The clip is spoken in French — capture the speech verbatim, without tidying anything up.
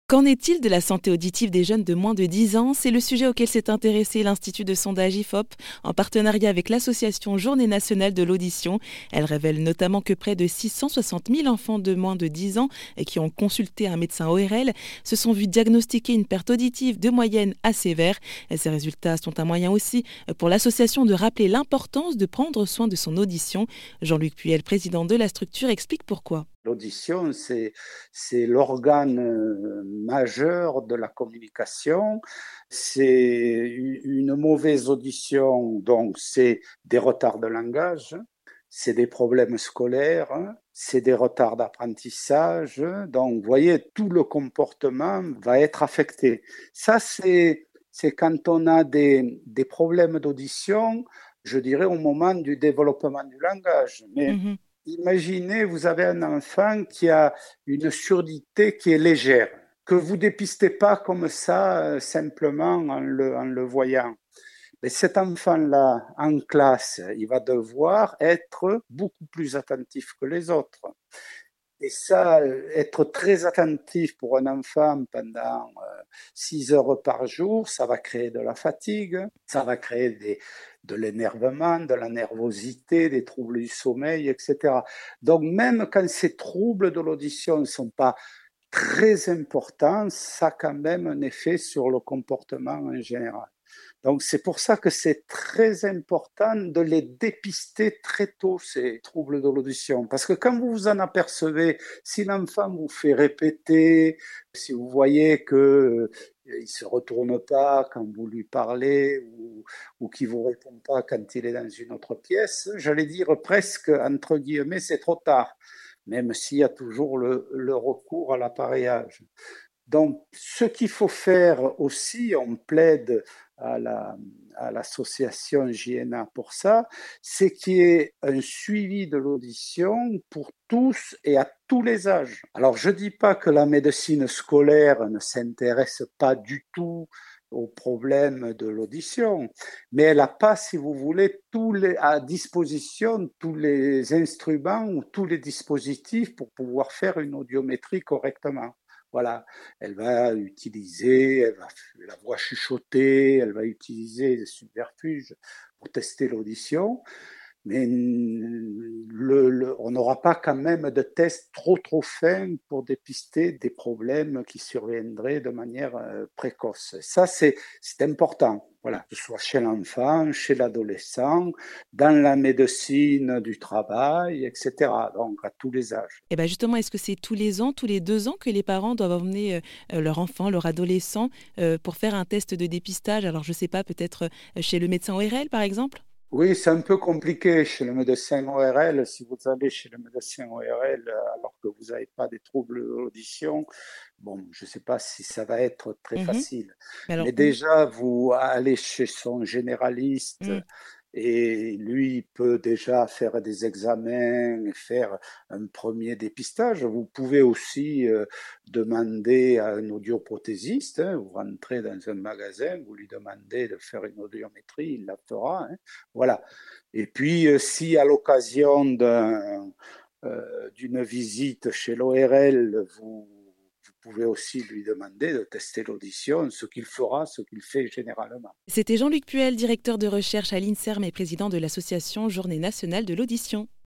Qu'en est-il de la santé auditive des jeunes de moins de dix ans? C'est le sujet auquel s'est intéressé l'Institut de sondage I F O P en partenariat avec l'association Journée nationale de l'audition. Elle révèle notamment que près de six cent soixante mille enfants de moins de dix ans et qui ont consulté un médecin O R L se sont vus diagnostiquer une perte auditive de moyenne à sévère. Et ces résultats sont un moyen aussi pour l'association de rappeler l'importance de prendre soin de son audition. Jean-Luc Puel, président de la structure, explique pourquoi. L'audition, c'est, c'est l'organe euh, majeur de la communication. C'est une mauvaise audition, donc c'est des retards de langage, c'est des problèmes scolaires, c'est des retards d'apprentissage. Donc, vous voyez, tout le comportement va être affecté. Ça, c'est, c'est quand on a des, des problèmes d'audition, je dirais au moment du développement du langage. Mais Mmh. Imaginez, vous avez un enfant qui a une surdité qui est légère, que vous dépistez pas comme ça euh, simplement en le, en le voyant. Mais cet enfant-là, en classe, il va devoir être beaucoup plus attentif que les autres. Et ça, être très attentif pour un enfant pendant euh, six heures par jour, ça va créer de la fatigue, ça va créer des, de l'énervement, de la nervosité, des troubles du sommeil, et cetera. Donc même quand ces troubles de l'audition ne sont pas très importants, ça a quand même un effet sur le comportement en général. Donc c'est pour ça que c'est très important de les dépister très tôt, ces troubles de l'audition. Parce que quand vous vous en apercevez, si l'enfant vous fait répéter, si vous voyez que euh, il se retourne pas quand vous lui parlez ou, ou qu'il vous répond pas quand il est dans une autre pièce, j'allais dire presque, entre guillemets, c'est trop tard, même s'il y a toujours le, le recours à l'appareillage. Donc, ce qu'il faut faire aussi, on plaide à, la, à l'association J N A pour ça, c'est qu'il y ait un suivi de l'audition pour tous et à tous les âges. Alors, je ne dis pas que la médecine scolaire ne s'intéresse pas du tout aux problèmes de l'audition, mais elle n'a pas, si vous voulez, tous les, à disposition tous les instruments ou tous les dispositifs pour pouvoir faire une audiométrie correctement. Voilà, elle va utiliser, elle va la voix chuchotée, elle va utiliser des subterfuges pour tester l'audition, mais le, le, on n'aura pas quand même de tests trop trop fins pour dépister des problèmes qui surviendraient de manière euh, précoce. Ça, c'est, c'est important. Voilà, que ce soit chez l'enfant, chez l'adolescent, dans la médecine du travail, et cetera. Donc, à tous les âges. Et ben justement, est-ce que c'est tous les ans, tous les deux ans que les parents doivent emmener euh, leur enfant, leur adolescent euh, pour faire un test de dépistage? Alors, je ne sais pas, peut-être euh, chez le médecin O R L, par exemple? Oui, c'est un peu compliqué chez le médecin O R L. Si vous allez chez le médecin O R L alors que vous n'avez pas des troubles d'audition, bon, je ne sais pas si ça va être très Mmh. facile. Mais alors Mais où? déjà, vous allez chez son généraliste Mmh. et lui peut déjà faire des examens et faire un premier dépistage. Vous pouvez aussi euh, demander à un audioprothésiste, hein, vous rentrez dans un magasin, vous lui demandez de faire une audiométrie, il la fera. Hein, voilà. Et puis, euh, si à l'occasion d'un, euh, d'une visite chez l'O R L, vous, vous pouvez aussi lui demander de tester l'audition, ce qu'il fera, ce qu'il fait généralement. C'était Jean-Luc Puel, directeur de recherche à l'INSERM et président de l'association Journée nationale de l'audition.